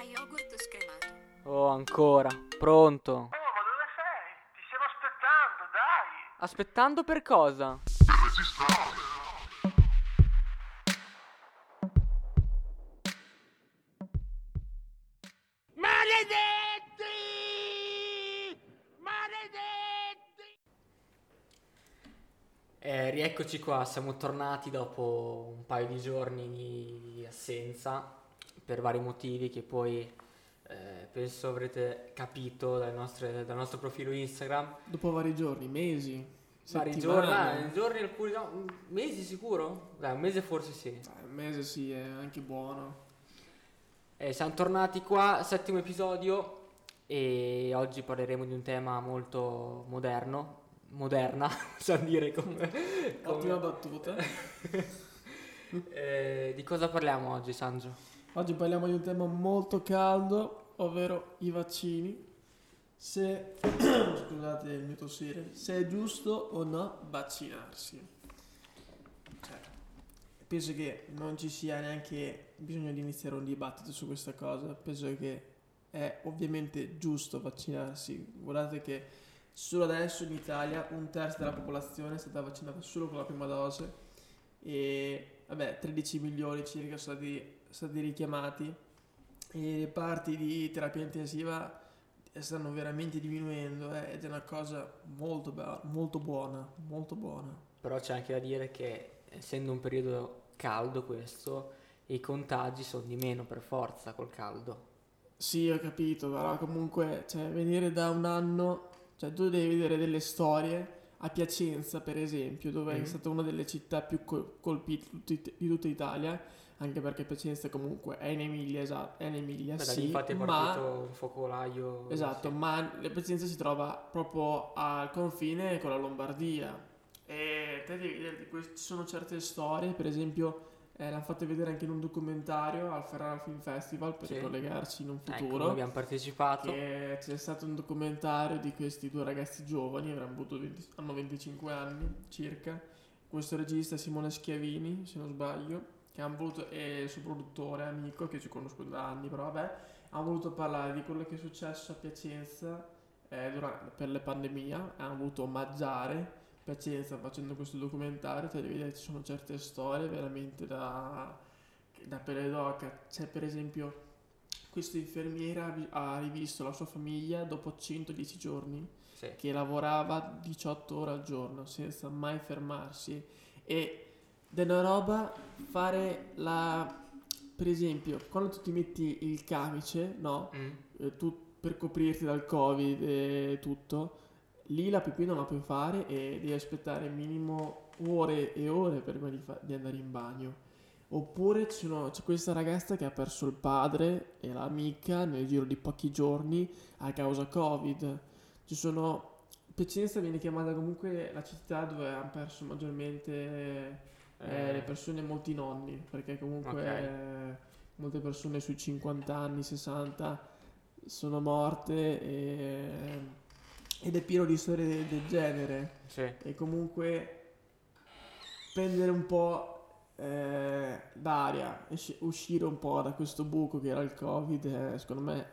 a yogurt scremato. Oh, ancora. Pronto. Oh, ma dove sei? Ti stiamo aspettando, dai! Aspettando per cosa? Rieccoci qua, siamo tornati dopo un paio di giorni di assenza per vari motivi che poi penso avrete capito dal nostro profilo Instagram. Dopo vari giorni, mesi, Vari settimane. giorni, alcuni no, mesi sicuro? Dai, un mese forse sì. Un mese sì, è anche buono. Siamo tornati qua, settimo episodio, e oggi parleremo di un tema molto moderna, so dire Ottima battuta. Di cosa parliamo oggi, Sandro? Oggi parliamo di un tema molto caldo, ovvero i vaccini. Se, scusate il mio tossire, se è giusto o no vaccinarsi. Cioè, penso che non ci sia neanche bisogno di iniziare un dibattito su questa cosa. Penso che è ovviamente giusto vaccinarsi. Guardate che solo adesso in Italia un terzo della popolazione è stata vaccinata solo con la prima dose e vabbè 13 milioni circa sono stati richiamati e le parti di terapia intensiva stanno veramente diminuendo ed è una cosa molto buona. Però c'è anche da dire che, essendo un periodo caldo questo, i contagi sono di meno per forza col caldo. Sì, ho capito, però comunque, cioè, venire da un anno, cioè, tu devi vedere delle storie a Piacenza, per esempio, dove è stata una delle città più colpite di tutta Italia, anche perché Piacenza comunque è in Emilia, esatto, è in Emilia, Beh, da lì sì, infatti è partito un focolaio. esatto, sì. ma la Piacenza si trova proprio al confine con la Lombardia e te devi vedere, ci sono certe storie, per esempio l'hanno fatte vedere anche in un documentario al Ferrara Film Festival per Sì. collegarci in un Ecco, futuro. noi abbiamo partecipato. Che c'è stato un documentario di questi due ragazzi giovani, hanno 25 anni circa. Questo regista Simone Schiavini, se non sbaglio, che hanno voluto, e il suo produttore amico, che ci conosco da anni, però vabbè, hanno voluto parlare di quello che è successo a Piacenza per la pandemia, hanno voluto omaggiare Piacenza facendo questo documentario. Te devi vedere, ci sono certe storie veramente da pelle d'oca. C'è per esempio questo infermiera ha rivisto la sua famiglia dopo 110 giorni, Sì. che lavorava 18 ore al giorno senza mai fermarsi, ed è una roba fare per esempio quando tu ti metti il camice, no? Tu per coprirti dal covid e tutto, lì la pipì non la puoi fare e devi aspettare minimo ore e ore prima di andare in bagno. Oppure c'è questa ragazza che ha perso il padre e l'amica nel giro di pochi giorni a causa Covid. Piacenza viene chiamata comunque la città dove hanno perso maggiormente le persone, molti nonni, perché comunque molte persone sui 50 anni, 60 sono morte ed è pieno di storie del genere. Sì. E comunque prendere un po' d'aria, uscire un po' da questo buco che era il Covid, secondo me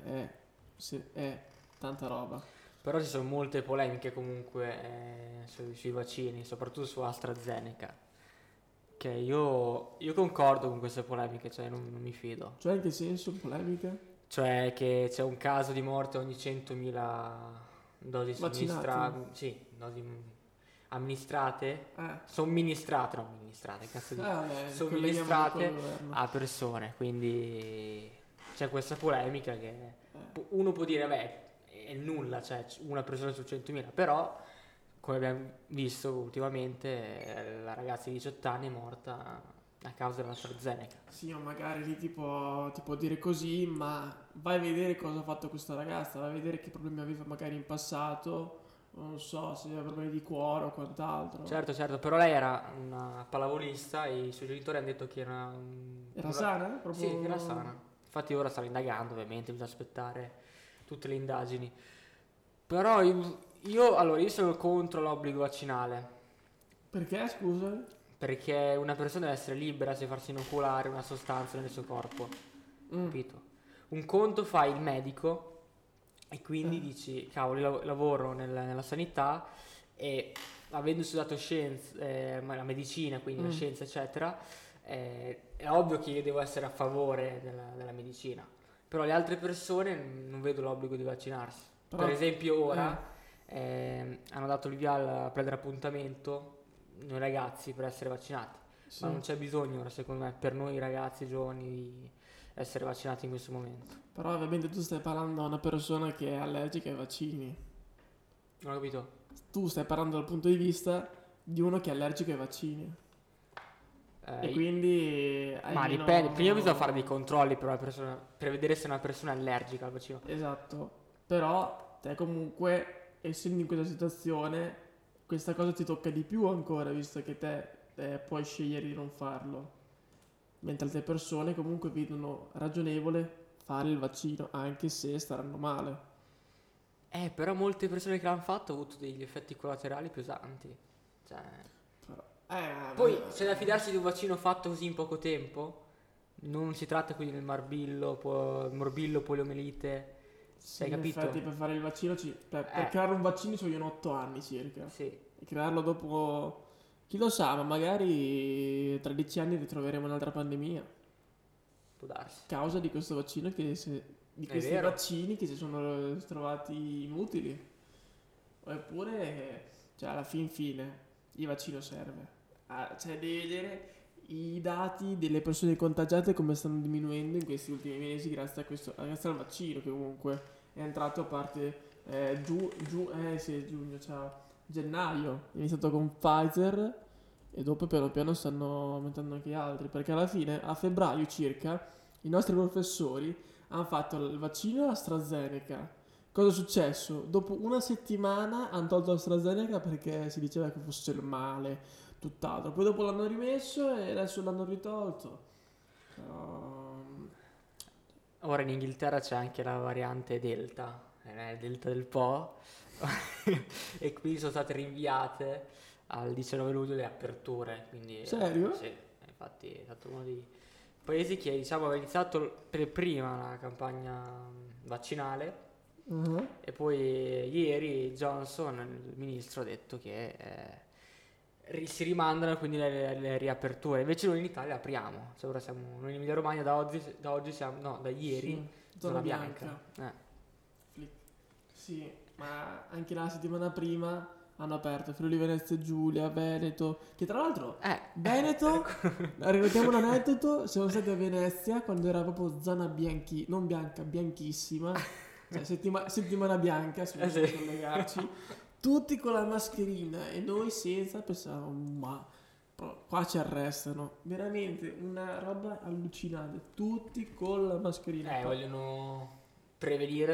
è tanta roba. Però ci sono molte polemiche comunque sui vaccini, soprattutto su AstraZeneca. Che io concordo con queste polemiche, cioè non mi fido. Cioè, in che senso polemica? Cioè che c'è un caso di morte ogni 100.000 dosi somministrate. Sì, dosi amministrate. Somministrate, no, amministrate, cazzo di. Somministrate a persone, quindi c'è questa polemica che uno può dire, beh, è nulla, cioè una persona su 100.000, però come abbiamo visto ultimamente la ragazza di 18 anni è morta a causa dell'AstraZeneca. Sì, ma magari lì ti può dire così, ma vai a vedere cosa ha fatto questa ragazza, vai a vedere che problemi aveva magari in passato, non so, se aveva problemi di cuore o quant'altro. Certo, però lei era una pallavolista e i suoi genitori hanno detto che era sana? Proprio... Sì, che era sana. Infatti ora stanno indagando, ovviamente, bisogna aspettare tutte le indagini. Però io sono contro l'obbligo vaccinale. Perché, scusa? Perché una persona deve essere libera se farsi inoculare una sostanza nel suo corpo, capito? un conto fai il medico e quindi dici, cavolo, lavoro nella sanità e avendo studiato scienze, la medicina, quindi la scienza, eccetera, è ovvio che io devo essere a favore della medicina, però le altre persone non vedo l'obbligo di vaccinarsi. Però, per esempio ora hanno dato il via a prendere appuntamento noi ragazzi per essere vaccinati, ma non c'è bisogno ora, secondo me, per noi ragazzi giovani di essere vaccinati in questo momento. Però ovviamente tu stai parlando a una persona che è allergica ai vaccini. Non ho capito. Tu stai parlando dal punto di vista di uno che è allergico ai vaccini. E quindi ma dipende, prima bisogna fare dei controlli per una persona, per vedere se una persona è allergica al vaccino. Esatto. Però te comunque, essendo in questa situazione, questa cosa ti tocca di più ancora, visto che te puoi scegliere di non farlo, mentre altre persone comunque vedono ragionevole fare il vaccino anche se staranno male. Però molte persone che l'hanno fatto hanno avuto degli effetti collaterali pesanti. Cioè, poi c'è da fidarsi di un vaccino fatto così in poco tempo. Non si tratta quindi del morbillo, poliomielite. Sì, hai capito? Infatti per fare il vaccino per creare un vaccino ci vogliono 8 anni circa. Sì. E crearlo dopo, chi lo sa, ma magari tra 10 anni ritroveremo un'altra pandemia. Può darsi. Causa di questo vaccino di questi vaccini che si sono trovati inutili. Eppure, cioè alla fine il vaccino serve. Cioè devi vedere i dati delle persone contagiate come stanno diminuendo in questi ultimi mesi grazie al vaccino, che comunque è entrato a parte giugno, gennaio è iniziato con Pfizer e dopo piano piano stanno aumentando anche gli altri, perché alla fine a febbraio circa i nostri professori hanno fatto il vaccino AstraZeneca. Cosa è successo? Dopo una settimana hanno tolto AstraZeneca perché si diceva che fosse il male, tutt'altro. Poi dopo l'hanno rimesso e adesso l'hanno ritolto. Ora in Inghilterra c'è anche la variante Delta, Delta del Po, e quindi sono state rinviate al 19 luglio le aperture. Quindi, serio? Sì, infatti è stato uno dei paesi che aveva iniziato per prima la campagna vaccinale. E poi ieri Johnson, il ministro, ha detto che si rimandano quindi le riaperture. Invece noi in Italia apriamo, cioè ora siamo noi in Emilia Romagna da ieri zona bianca. Sì, ma anche la settimana prima hanno aperto Friuli Venezia Giulia, Veneto, che tra l'altro Veneto, ricordiamo un aneddoto, siamo stati a Venezia quando era proprio zona non bianca, bianchissima, cioè settimana bianca, se vogliamo collegarci, tutti con la mascherina e noi senza. Pensavamo, ma qua ci arrestano, veramente una roba allucinante, tutti con la mascherina. Vogliono prevenire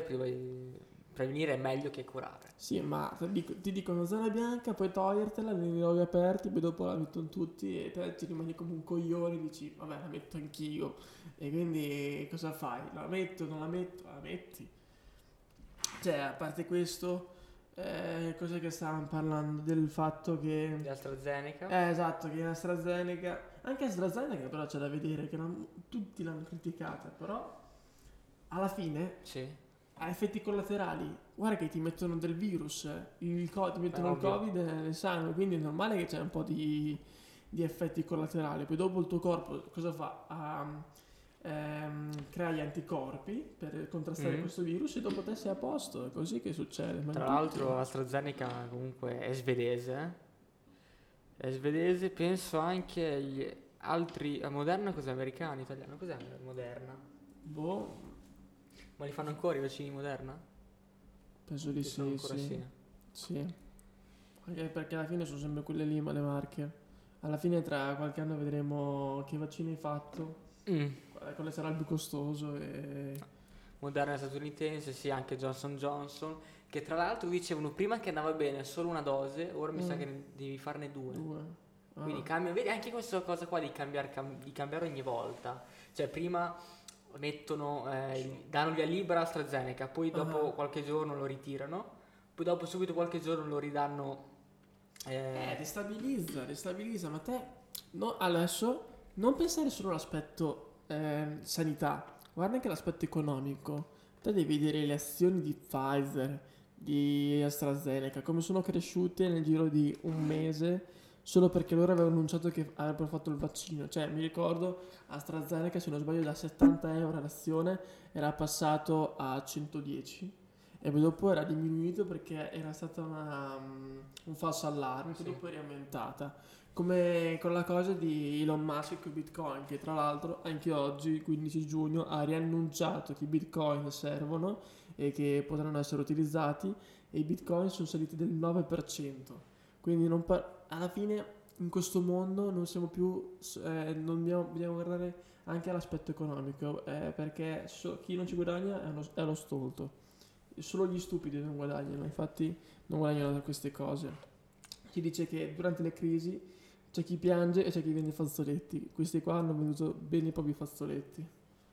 è meglio che curare. Sì, ma ti dicono zona bianca, puoi togliertela nei luoghi aperti, poi dopo la mettono tutti e te ti rimani come un coglione e dici vabbè, la metto anch'io. E quindi cosa fai? La metto, non la metto? La metti. Cioè, a parte questo, cos'è che stavamo parlando? Del fatto che... Di AstraZeneca? Esatto, che AstraZeneca... Anche AstraZeneca però c'è da vedere, che tutti l'hanno criticata, però alla fine... Sì. Ha effetti collaterali. Guarda che ti mettono del virus, ti mettono il Covid nel sangue, quindi è normale che c'è un po' di effetti collaterali. Poi dopo il tuo corpo cosa fa? Crea gli anticorpi per contrastare questo virus e dopo te sei a posto. È così che succede. Tra l'altro AstraZeneca comunque è svedese. È svedese, penso anche agli altri... A Moderna cos'è? Americano, italiano? Cos'è Moderna? Boh. Ma li fanno ancora i vaccini Moderna? Penso di sì. Sì. Perché alla fine sono sempre quelle lì, ma le marche. Alla fine tra qualche anno vedremo che vaccino hai fatto, quale sarà il più costoso. Moderna è statunitense, sì, anche Johnson, che tra l'altro dicevano prima che andava bene solo una dose, ora mi sa che devi farne due. Quindi cambia, vedi anche questa cosa qua di cambiare ogni volta. Cioè prima danno via libera AstraZeneca, poi dopo qualche giorno lo ritirano, poi dopo subito qualche giorno lo ridanno. Destabilizza, ma te adesso non pensare solo all'aspetto sanità, guarda anche l'aspetto economico. Te devi vedere le azioni di Pfizer, di AstraZeneca, come sono cresciute nel giro di un mese solo perché loro avevano annunciato che avrebbero fatto il vaccino. Cioè, mi ricordo AstraZeneca, se non sbaglio, da 70 euro l'azione era passato a 110 e poi dopo era diminuito perché era stata un falso allarme, poi dopo è riaumentata. Come con la cosa di Elon Musk con Bitcoin, che tra l'altro anche oggi, 15 giugno, ha riannunciato che i Bitcoin servono e che potranno essere utilizzati, e i Bitcoin sono saliti del 9%. Quindi alla fine in questo mondo non siamo più, dobbiamo guardare anche all'aspetto economico, perché chi non ci guadagna è lo stolto. Solo gli stupidi non guadagnano, infatti non guadagnano da queste cose. Si dice che durante le crisi c'è chi piange e c'è chi vende fazzoletti. Questi qua hanno venduto bene i propri fazzoletti.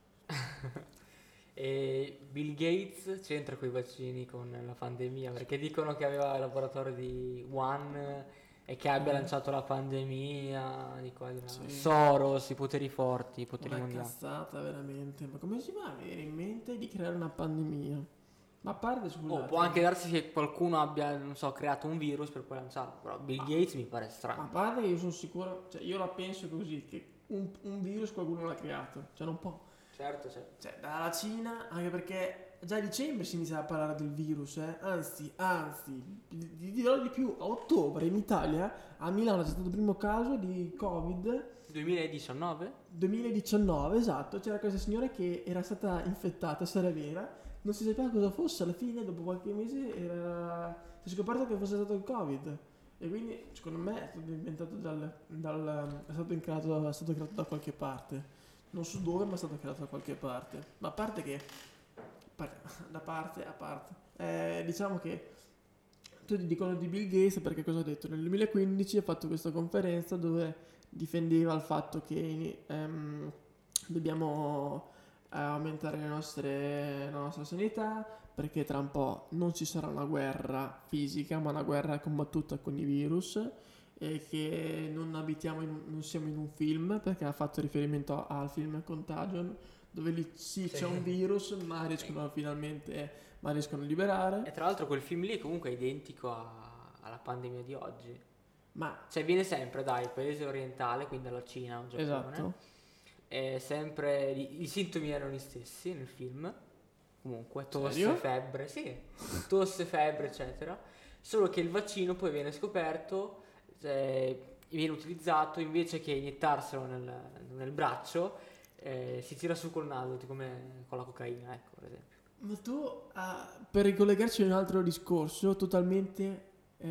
E Bill Gates c'entra con i vaccini, con la pandemia, perché dicono che aveva il laboratorio di Wuhan e che abbia lanciato la pandemia di qua di là. Sì. Soros, i poteri forti, i poteri mondiali. Una cazzata veramente. Ma come si va a avere in mente di creare una pandemia? Ma a parte, scusate, può anche darsi che qualcuno abbia, non so, creato un virus per poi lanciarlo, però Bill Gates mi pare strano. Ma a parte che io sono sicuro, cioè io la penso così, che un virus qualcuno l'ha creato, cioè non può. Certo. Cioè dalla Cina, anche perché già a dicembre si inizia a parlare del virus, anzi, ti dirò di più, a ottobre in Italia, a Milano c'è stato il primo caso di Covid. 2019, esatto, c'era questa signora che era stata infettata, se era vera. Non si sapeva cosa fosse, alla fine dopo qualche mese si è scoperto che fosse stato il Covid, e quindi secondo me è stato inventato è stato creato da qualche parte, non so dove, ma è stato creato da qualche parte. Ma a parte che a parte diciamo che tutti dicono di Bill Gates perché cosa ha detto? Nel 2015 ha fatto questa conferenza dove difendeva il fatto che dobbiamo aumentare la nostra sanità, perché tra un po' non ci sarà una guerra fisica ma una guerra combattuta con i virus, e che non siamo in un film, perché ha fatto riferimento al film Contagion, dove lì c'è un virus ma riescono a liberare. E tra l'altro quel film lì comunque è identico alla pandemia di oggi, cioè viene sempre dai paese orientale, quindi dalla Cina o Giappone. Esatto. Sempre i sintomi erano gli stessi nel film, comunque tosse, febbre, eccetera, solo che il vaccino poi viene scoperto, viene utilizzato invece che iniettarselo nel braccio, si tira su col naso, come con la cocaina, ecco, per esempio. Ma tu, per ricollegarci a un altro discorso totalmente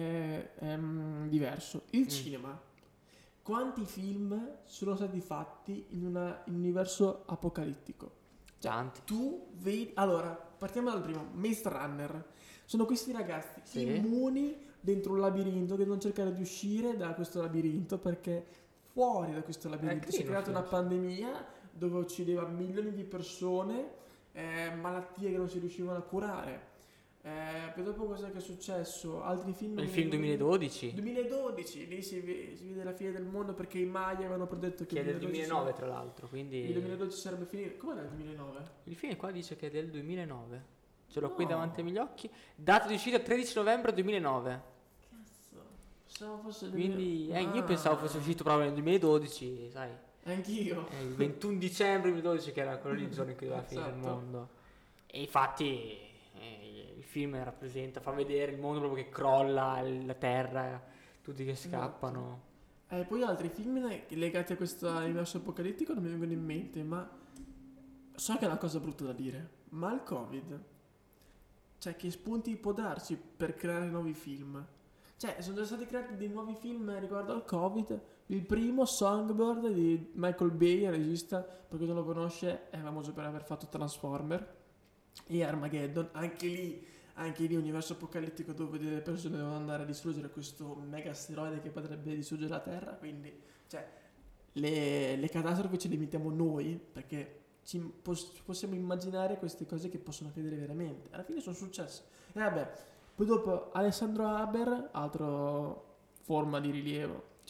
diverso, il cinema. Quanti film sono stati fatti in un universo apocalittico? Tanti. Tu vedi... Allora, partiamo dal primo. Maze Runner. Sono questi ragazzi immuni dentro un labirinto che devono cercare di uscire da questo labirinto, perché fuori da questo labirinto si è creata una pandemia dove uccideva milioni di persone, malattie che non si riuscivano a curare. Poi dopo cosa che è successo? Altri film? Il film 2012, lì si vede la fine del mondo, perché i Maya avevano predetto che è del 2009 tra l'altro, quindi il 2012 sarebbe finito. Come era il 2009? Il film qua dice che è del 2009, ce l'ho qui davanti ai miei occhi, data di uscita 13 novembre 2009. Cazzo, pensavo fosse quindi io pensavo fosse uscito proprio nel 2012, sai. Anch'io. Il 21 dicembre 2012, che era quello lì il giorno in cui doveva finire il mondo. E infatti il film fa vedere il mondo proprio che crolla, la terra, tutti che scappano. Poi altri film legati a questo universo apocalittico non mi vengono in mente, ma so che è una cosa brutta da dire, ma il Covid, cioè che spunti può darci per creare nuovi film? Cioè sono già stati creati dei nuovi film riguardo al Covid. Il primo, Songbird, di Michael Bay, il regista, per chi non lo conosce, è famoso per aver fatto Transformer e Armageddon. Anche lì universo apocalittico dove delle persone devono andare a distruggere questo mega asteroide che potrebbe distruggere la Terra. Quindi, cioè, le catastrofi ce le inventiamo noi, perché possiamo immaginare queste cose che possono accadere veramente. Alla fine sono successe. E vabbè, poi dopo Alessandro Haber, altro forma di rilievo,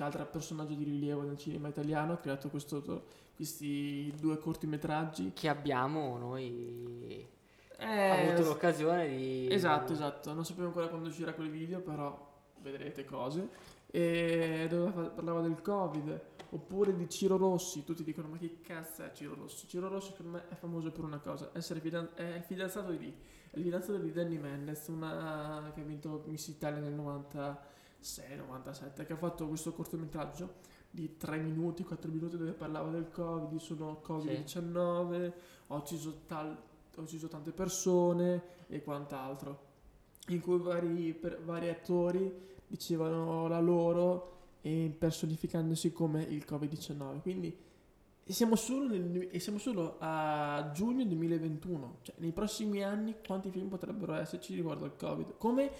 c'è altro personaggio di rilievo nel cinema italiano, ha creato questi 2 cortometraggi che abbiamo noi avuto l'occasione di... Esatto, non sappiamo ancora quando uscirà quel video, però vedrete cose. E dove parlava del Covid, oppure di Ciro Rossi. Tutti dicono: ma che cazzo è Ciro Rossi? Ciro Rossi secondo me è famoso per una cosa: è il fidanzato di Danny Mendez, una che ha vinto Miss Italia nel 96-97, che ha fatto questo cortometraggio di 3 minuti, 4 minuti, dove parlava del Covid. Sono Covid-19, ho ucciso tante persone e quant'altro, in cui vari attori dicevano la loro e personificandosi come il Covid-19. Quindi siamo solo a giugno 2021, cioè nei prossimi anni quanti film potrebbero esserci riguardo al Covid? Come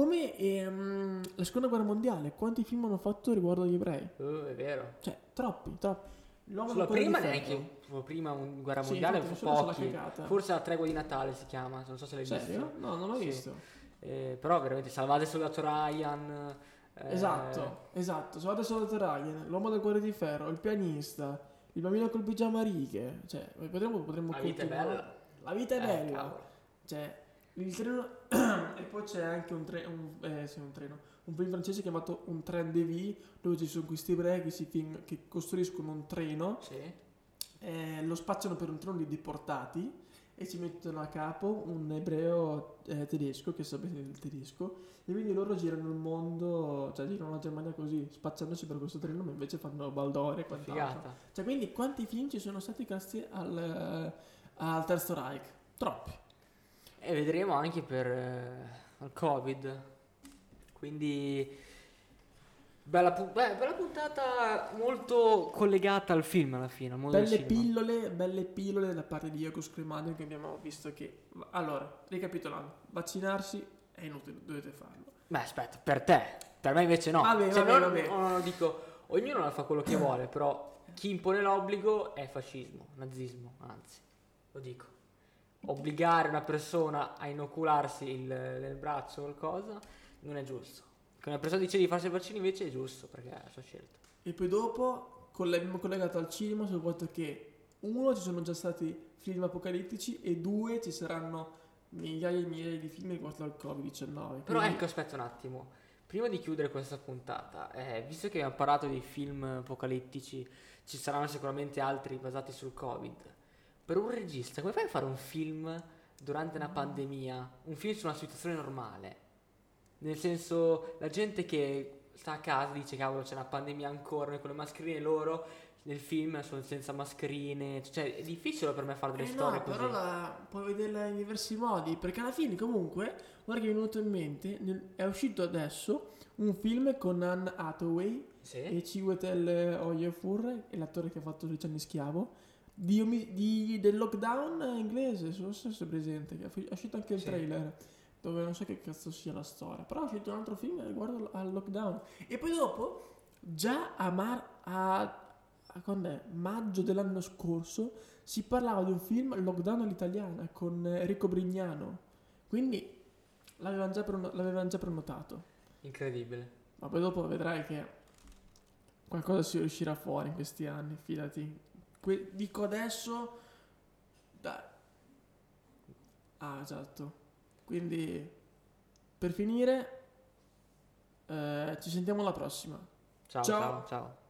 la seconda guerra mondiale, quanti film hanno fatto riguardo agli ebrei? È vero, cioè troppi. Sulla prima neanche, prima guerra mondiale, pochi. Forse La tregua di Natale si chiama, non so se l'hai visto. Serio? No, non l'ho visto. Però veramente Salvate il soldato Ryan. Esatto. Salvate il soldato Ryan, L'uomo del cuore di ferro, Il pianista, Il bambino col pigiama a righe. Cioè, potremmo La vita è bella. La vita è bella. Cavolo. Cioè, il treno. E poi c'è anche un treno. Un film francese chiamato Un train de vie, dove ci sono questi ebrei che costruiscono un treno, lo spacciano per un treno di deportati e ci mettono a capo un ebreo tedesco che sa bene il tedesco, e quindi loro girano il mondo, cioè girano la Germania così, spacciandosi per questo treno, ma invece fanno Baldor e quant'altro. Cioè, quindi quanti film ci sono stati grazie al Terzo Reich? Troppi. E vedremo anche per il Covid. Quindi bella puntata, molto collegata al film alla fine. Belle pillole da parte di Yorgos Climadio, che abbiamo visto che... Allora, ricapitolando, vaccinarsi è inutile, dovete farlo. Beh, aspetta, per te. Per me invece no. Vabbè. No, dico, ognuno fa quello che vuole, però chi impone l'obbligo è fascismo, nazismo, anzi, lo dico. Obbligare una persona a inocularsi nel braccio o qualcosa non è giusto. Che una persona dice di farsi il vaccino invece è giusto, perché è la sua scelta. E poi dopo abbiamo collegato al cinema sul fatto che 1, ci sono già stati film apocalittici, e 2, ci saranno migliaia e migliaia di film riguardo al Covid-19. Però ecco, aspetta un attimo, prima di chiudere questa puntata, visto che abbiamo parlato di film apocalittici, ci saranno sicuramente altri basati sul Covid. Per un regista, come fai a fare un film durante una pandemia, un film su una situazione normale? Nel senso, la gente che sta a casa dice: cavolo, c'è una pandemia ancora, noi con le mascherine, loro nel film sono senza mascherine. Cioè, è difficile per me fare delle storie così. Però puoi vederla in diversi modi, perché alla fine comunque, guarda che mi è venuto in mente, è uscito adesso un film con Anne Hathaway e Chiwetel Ejiofor, è l'attore che ha fatto 12 anni schiavo, del lockdown inglese, non so se è presente, che è uscito anche il trailer, dove non so che cazzo sia la storia, però è uscito un altro film riguardo al lockdown. E poi dopo, già quando è? Maggio dell'anno scorso, si parlava di un film Lockdown all'italiana con Enrico Brignano, quindi l'avevano già prenotato. Incredibile. Ma poi dopo vedrai che qualcosa si riuscirà fuori in questi anni, fidati. Dico adesso, dai. Esatto. Quindi, per finire, ci sentiamo alla prossima. Ciao.